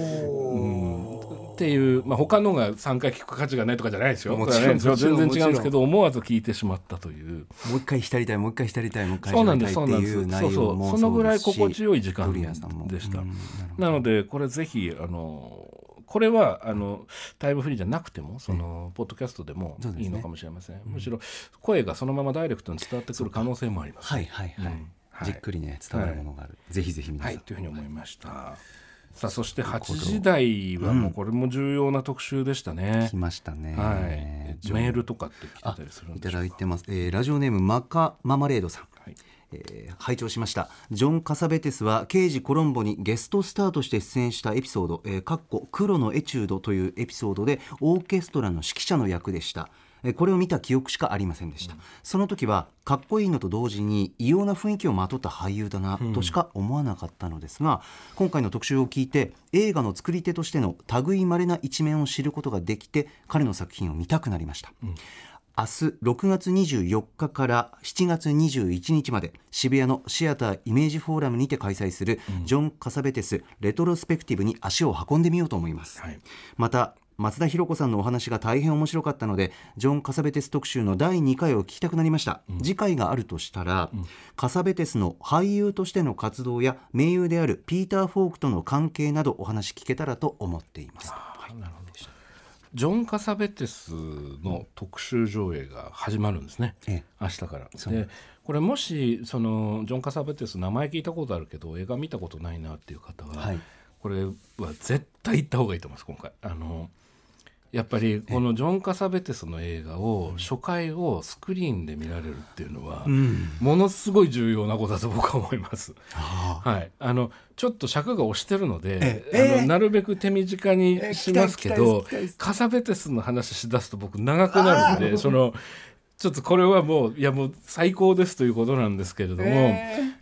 っていう、他のが3回聞く価値がないとかじゃないですよ。全然違うんですけど、思わず聞いてしまという。 もう一回浸りたい、もう一回浸りたい、もう一回そう浸りたいっていう内容もそのぐらい心地よい時間でした。なのでこれぜひこれはタイムフリーじゃなくてもポッドキャストでもいいのかもしれません。むしろ声がそのままダイレクトに伝わってくる可能性もあります。 はいはいはい。じっくりね伝わるものがある。ぜひぜひ皆さん。 というふうに思いました。さあそして8時台はもうこれも重要な特集でしたね。 来ましたね。 メールとかって来てたりするんでしょうか。 いただいてます。ラジオネームマカママレードさん。拝聴しました。ジョン・カサベテスは刑事コロンボにゲストスターとして出演したエピソード、黒のエチュードというエピソードでオーケストラの指揮者の役でした。これを見た記憶しかありませんでした。その時はかっこいいのと同時に異様な雰囲気をまとった俳優だなとしか思わなかったのですが、今回の特集を聞いて映画の作り手としての類まれな一面を知ることができて、彼の作品を見たくなりました。明日6月24日から7月21日まで渋谷のシアターイメージフォーラムにて開催するジョン・カサベテスレトロスペクティブに足を運んでみようと思います。また松田博子さんのお話が大変面白かったのでジョン・カサベテス特集の第2回を聞きたくなりました。次回があるとしたら、カサベテスの俳優としての活動や盟友であるピーター・フォークとの関係などお話聞けたらと思っています。 なるほど。ジョン・カサベテスの特集上映が始まるんですね、明日から。でこれもしジョン・カサベテス名前聞いたことあるけど映画見たことないなっていう方は、これは絶対行った方がいいと思います。今回やっぱりこのジョン・カサベテスの映画を初回をスクリーンで見られるっていうのはものすごい重要なことだと僕は思います。ちょっと尺が押してるので、なるべく手短にしますけど、カサベテスの話しだすと僕長くなるのでちょっとこれはもう最高ですということなんですけれども、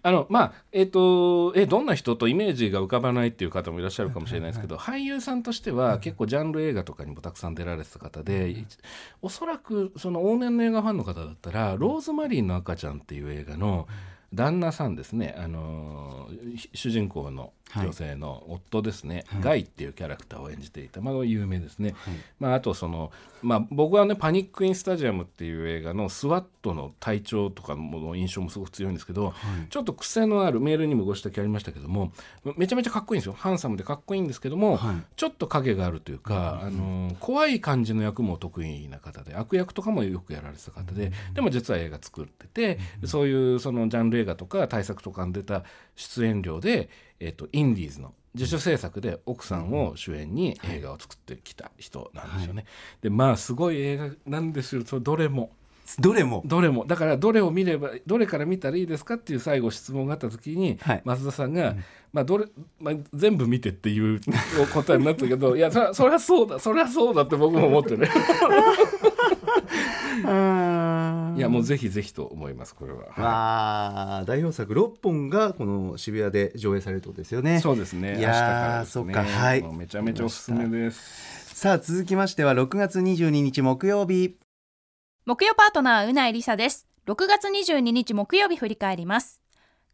どんな人とイメージが浮かばないっていう方もいらっしゃるかもしれないですけど、俳優さんとしては結構ジャンル映画とかにもたくさん出られてた方で、おそらく往年の映画ファンの方だったらローズマリーの赤ちゃんっていう映画の旦那さんですね、主人公の女性の夫ですね、ガイっていうキャラクターを演じていた、有名ですね。あと僕はねパニック・イン・スタジアムっていう映画のスワットの隊長とかの印象もすごく強いんですけど、ちょっと癖のある、メールにもご指摘ありましたけども、めちゃめちゃかっこいいんですよ。ハンサムでかっこいいんですけども、ちょっと影があるというか、怖い感じの役も得意な方で、悪役とかもよくやられてた方で、でも実は映画作ってて、そういうジャンル映画とか大作とかに出た出演料で、インディーズの自主制作で奥さんを主演に映画を作ってきた人なんですよね。ですごい映画なんですよ。どれもだからどれを見れば、どれから見たらいいですかっていう最後質問があった時に、松田さんが、全部見てっていう答えになったけどいやそりゃそうだって僕も思ってねいやもうぜひぜひと思います。これは、 代表作6本がこの渋谷で上映されるということですよね。 そうですね。 いや明日からですね。 そうか、はい、 もうめちゃめちゃおすすめです。 さあ続きましては6月22日木曜日、 木曜パートナーうないりさです。6月22日木曜日振り返ります。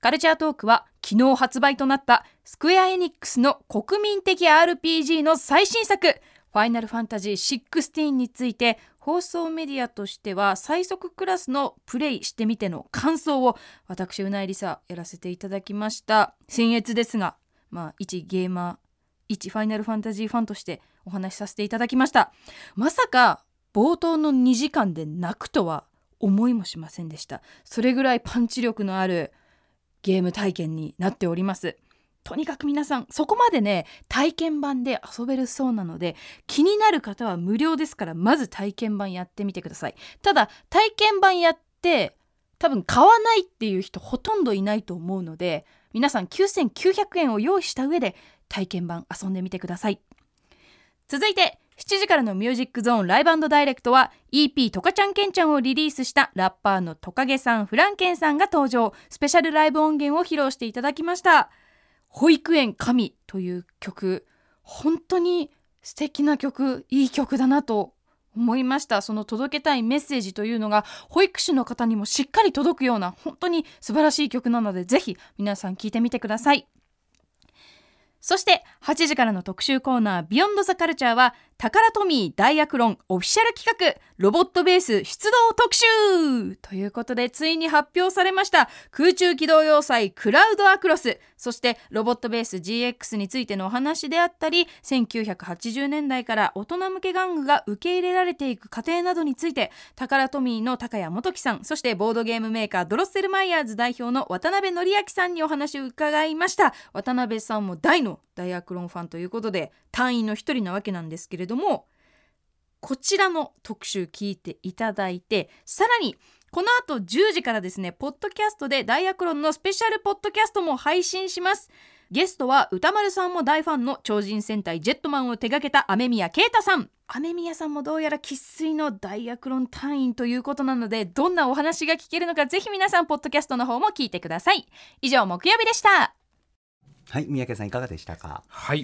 カルチャートークは昨日発売となったスクエアエニックスの国民的 RPG の最新作ファイナルファンタジー16について、放送メディアとしては最速クラスのプレイしてみての感想を私うないりさやらせていただきました。僭越ですが、一ゲーマー、一ファイナルファンタジーファンとしてお話しさせていただきました。まさか冒頭の2時間で泣くとは思いもしませんでした。それぐらいパンチ力のあるゲーム体験になっております。とにかく皆さんそこまでね体験版で遊べるそうなので、気になる方は無料ですから、まず体験版やってみてください。ただ体験版やって多分買わないっていう人ほとんどいないと思うので、皆さん9900円を用意した上で体験版遊んでみてください。続いて7時からのミュージックゾーンライブ&ダイレクトは EP トカちゃんケンちゃんをリリースしたラッパーのトカゲさん、フランケンさんが登場。スペシャルライブ音源を披露していただきました。保育園神という曲、本当に素敵な曲、いい曲だなと思いました。その届けたいメッセージというのが保育士の方にもしっかり届くような本当に素晴らしい曲なので、ぜひ皆さん聴いてみてください。そして8時からの特集コーナービヨンドザカルチャーはタカラトミーダイアクロンオフィシャル企画ロボットベース出動特集ということで、ついに発表されました空中機動要塞クラウドアクロス、そしてロボットベース GX についてのお話であったり、1980年代から大人向け玩具が受け入れられていく過程などについて、タカラトミーの高谷元樹さん、そしてボードゲームメーカードロッセルマイヤーズ代表の渡辺則明さんにお話を伺いました。渡辺さんも大のダイアクロンファンということで隊員の一人なわけなんですけれども、こちらの特集聞いていただいて、さらにこの後10時からですね、ポッドキャストでダイアクロンのスペシャルポッドキャストも配信します。ゲストは歌丸さんも大ファンの超人戦隊ジェットマンを手掛けた雨宮啓太さん。雨宮さんもどうやら生粋のダイアクロン隊員ということなので、どんなお話が聞けるのか、ぜひ皆さんポッドキャストの方も聞いてください。以上、木曜日でした。 はい、三宅さんいかがでしたか。 はい、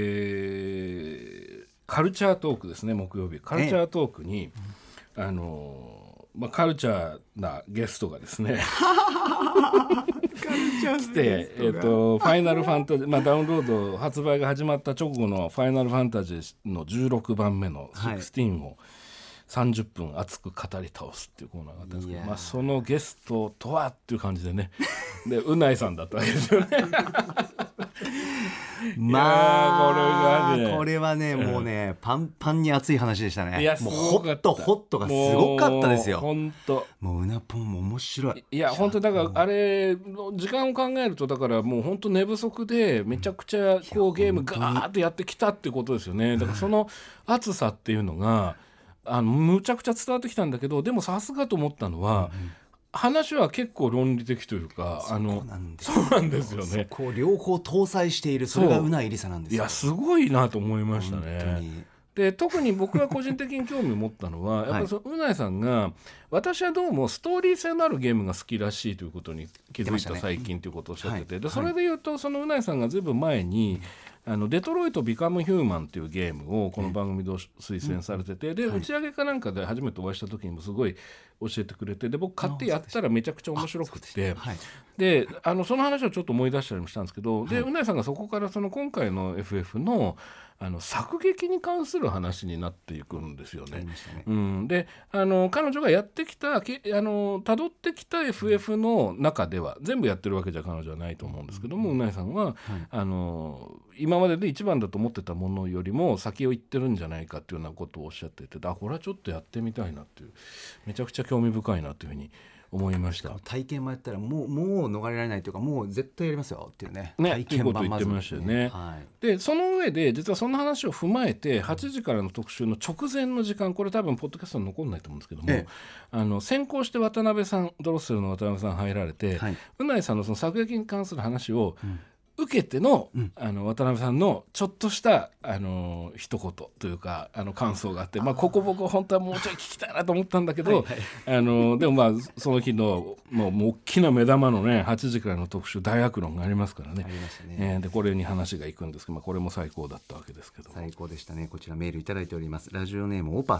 カルチャートークですね。木曜日カルチャートークに、カルチャーなゲストがですね来て、ファイナルファンタジー、ダウンロード発売が始まった直後のファイナルファンタジーの16番目の16を30分熱く語り倒すっていうコーナーがあったんですけど、そのゲストとはっていう感じでね、でうないさんだったわけですよねこれはね、もうね、パンパンに熱い話でしたね。 いや、 もうホットがすごかったですよ。 本当もううなぽんも面白い。 いや本当だからあれ時間を考えると、だからもう本当寝不足でめちゃくちゃこうゲームガーッとやってきたってことですよね。だからその熱さっていうのがむちゃくちゃ伝わってきたんだけど、でもさすがと思ったのは、話は結構論理的というか、そうなんですよね。 そこを両方搭載している、それがうないりさなんですよ。 いやすごいなと思いましたね。で特に僕が個人的に興味を持ったのはやっぱりうないさんが、私はどうもストーリー性のあるゲームが好きらしいということに気づいた最近ということをおっしゃってて、でそれで言うとそのうないさんがずいぶん前にデトロイト・ビカム・ヒューマンというゲームをこの番組で推薦されてて、で打ち上げかなんかで初めてお会いした時にもすごい教えてくれて、で僕買ってやったらめちゃくちゃ面白くて、でその話をちょっと思い出したりもしたんですけど、でうないさんがそこからその今回の FF の作劇に関する話になっていくんですよね。で彼女がやってきた辿ってきた FF の中では全部やってるわけじゃ彼女はないと思うんですけども、うないさんは、今までで一番だと思ってたものよりも先を行ってるんじゃないかっていうようなことをおっしゃってて、これはちょっとやってみたいなっていう、めちゃくちゃ興味深いなというふうに思いました。 体験もやったらもう逃れられないというか、もう絶対やりますよっていうね、 体験版まず言ってましたよね。でその上で実はその話を踏まえて8時からの特集の直前の時間、これ多分ポッドキャストに残んないと思うんですけども、先行して渡辺さん、ドロッセルの渡辺さん入られて、うないさんのその作劇に関する話を、受けての、渡辺さんのちょっとした一言というか感想があって、ここ僕本当はもうちょい聞きたいなと思ったんだけど、でもその日のもう大きな目玉のね8時からの特集ダイアクロンがありますからね。でこれに話がいくんですけど、これも最高だったわけですけど。 最高でしたね。こちらメールいただいております。ラジオネームオパさん。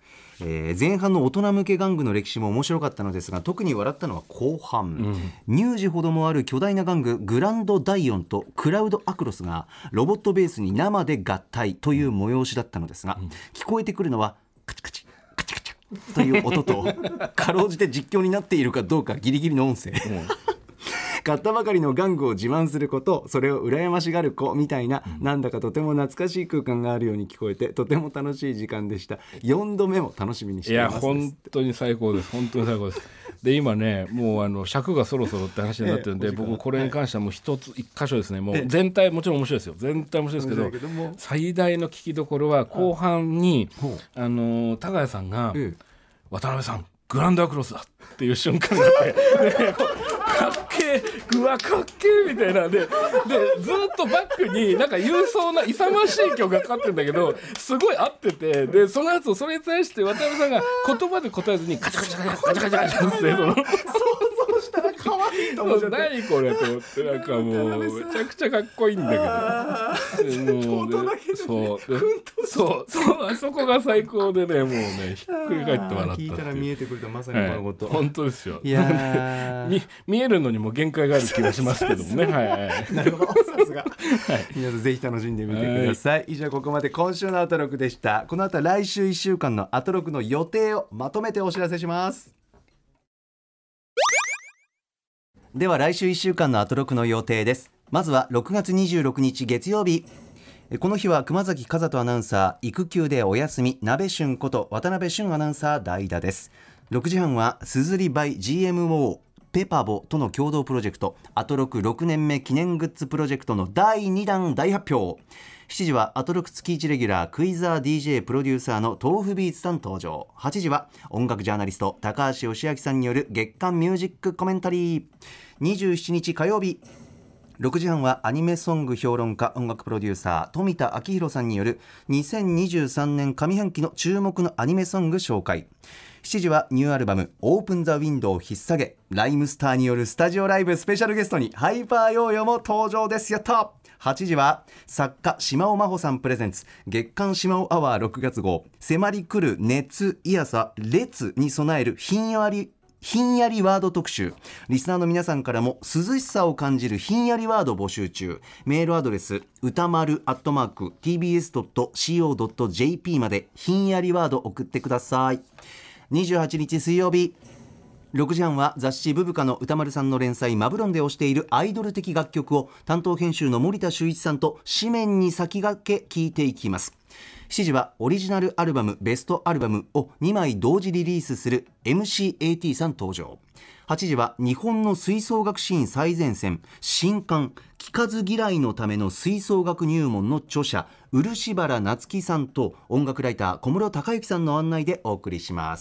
前半の大人向け玩具の歴史も面白かったのですが、特に笑ったのは後半、乳児ほどもある巨大な玩具グランドダイオンとクラウドアクロスがロボットベースに生で合体という催しだったのですが、聞こえてくるのはカチカチカチカチという音とかろうじて実況になっているかどうかギリギリの音声、買ったばかりの玩具を自慢する子とそれを羨ましがる子みたいな、なんだかとても懐かしい空間があるように聞こえてとても楽しい時間でした。4度目も楽しみにしています。 いや本当に最高です。本当に最高です。で今ねもう尺がそろそろって話になってるんで、僕これに関してはもう一箇所ですね。もう全体もちろん面白いですよ。全体面白いですけど、最大の聞きどころは後半に高谷さんが、渡辺さんグランドアクロスだっていう瞬間があってかっけー、うわかっけーみたいなでずっとバックになんか勇壮な勇ましい曲がかかってるんだけど、すごい合ってて、でその後それに対して渡辺さんが言葉で答えずにカチャカチャカチャカチャカチャカチャって想像したら可愛いと思っちゃって、何これと思って、なんかもうめちゃくちゃかっこいいんだけど、もうそうあそこが最高でね、もうねひっくり返って笑ったっていう。 聞いたら見えてくるとまさにこのこと、 本当ですよ。 いや見えるのにも限界がある気がしますけどもねなるほど、さすが、皆さんぜひ楽しんでみてください。以上ここまで今週のアトロクでした。この後来週1週間のアトロクの予定をまとめてお知らせします。では来週1週間のアトロクの予定です。まずは6月26日月曜日、この日は熊崎和人アナウンサー育休でお休み、鍋俊こと渡辺俊アナウンサー代打です。6時半はすずり by GMOペパボとの共同プロジェクトアトロク6年目記念グッズプロジェクトの第2弾大発表。7時はアトロク月1レギュラークイザー DJ プロデューサーの豆腐ビーツさん登場。8時は音楽ジャーナリスト高橋義明さんによる月刊ミュージックコメンタリー。27日火曜日6時半はアニメソング評論家音楽プロデューサー富田明宏さんによる2023年上半期の注目のアニメソング紹介。7時はニューアルバムオープンザウィンドウを引っ提げライムスターによるスタジオライブスペシャルゲストにハイパーヨーヨーも登場です。やった。8時は作家島尾真帆さんプレゼンツ月刊島尾アワー6月号迫り来る熱いやさ烈に備えるひんやりワード特集。リスナーの皆さんからも涼しさを感じるひんやりワード募集中。メールアドレス歌丸@tbs.co.jp までひんやりワード送ってください。28日水曜日6時半は雑誌ブブカの歌丸さんの連載マブロンで推しているアイドル的楽曲を担当編集の森田修一さんと紙面に先駆け聞いていきます。7時はオリジナルアルバムベストアルバムを2枚同時リリースする MCAT さん登場。8時は日本の吹奏楽シーン最前線新刊聞かず嫌いのための吹奏楽入門の著者漆原夏樹さんと音楽ライター小室孝之さんの案内でお送りします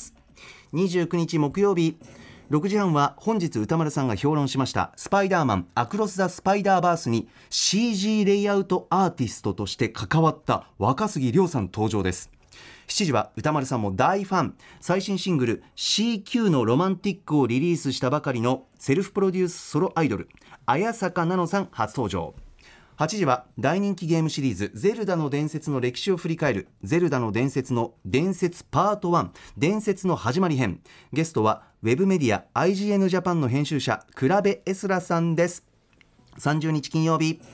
。29日木曜日6時半は本日歌丸さんが評論しましたスパイダーマンアクロス・ザ・スパイダーバースに CG レイアウトアーティストとして関わった若杉亮さん登場です。7時は歌丸さんも大ファン最新シングル CQ のロマンティックをリリースしたばかりのセルフプロデュースソロアイドル綾坂奈々さん初登場。8時は大人気ゲームシリーズゼルダの伝説の歴史を振り返るゼルダの伝説の伝説パート1伝説の始まり編。ゲストはウェブメディア IGN ジャパンの編集者倉部エスラさんです。30日金曜日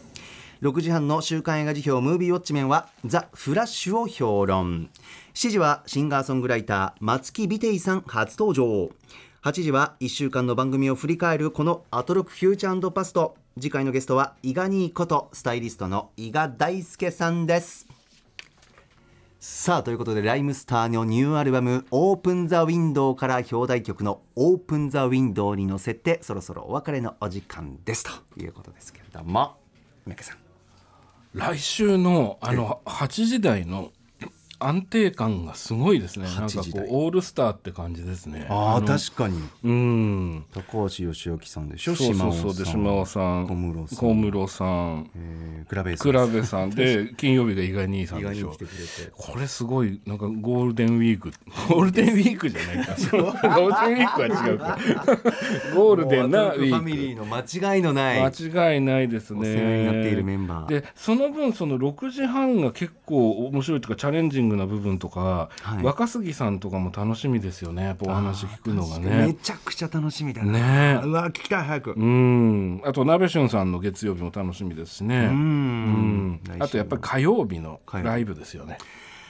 6時半の週刊映画辞表ムービーウォッチメンはザ・フラッシュを評論。7時はシンガーソングライター松木美貞さん初登場。8時は1週間の番組を振り返るこのアトロクフューチャー&パスト。次回のゲストは伊賀兄ことスタイリストの伊賀大輔さんです。さあということでライムスターのニューアルバムオープンザウィンドウから表題曲のオープンザウィンドウに乗せてそろそろお別れのお時間ですということですけれども、三宅さん来週の8時台の安定感がすごいですね。なんかこうオールスターって感じですね。 ああ確かに。高橋義明さんでしょ。 島尾さん、小室さん、 倉部さんで金曜日が伊賀兄さんでしょ。これすごいなんかゴールデンウィークじゃないか。ゴールデンウィークは違うか。ゴールデンなウィーク。 ファミリーの間違いのない。 間違いないですね。 お世話になっているメンバー。 でその分その6時半が結構面白いというかチャレンジングングな部分とか、 はい、 若杉さんとかも楽しみですよね、やっぱお話聞くのがね。 めちゃくちゃ楽しみだな、 ね、 うわ聞きたい早く。 あと鍋俊さんの月曜日も楽しみですしね。あとやっぱり火曜日のライブですよね。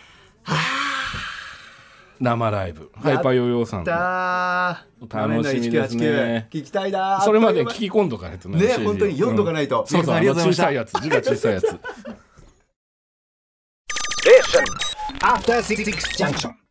生ライブハイパーヨーヨーさんの楽しみですね。 聞きたいな。 それまで聞き込んどかないとね。 本当に読んどかないと。 そうそう、小さいやつ、字が小さいやつ。 After 66 junction.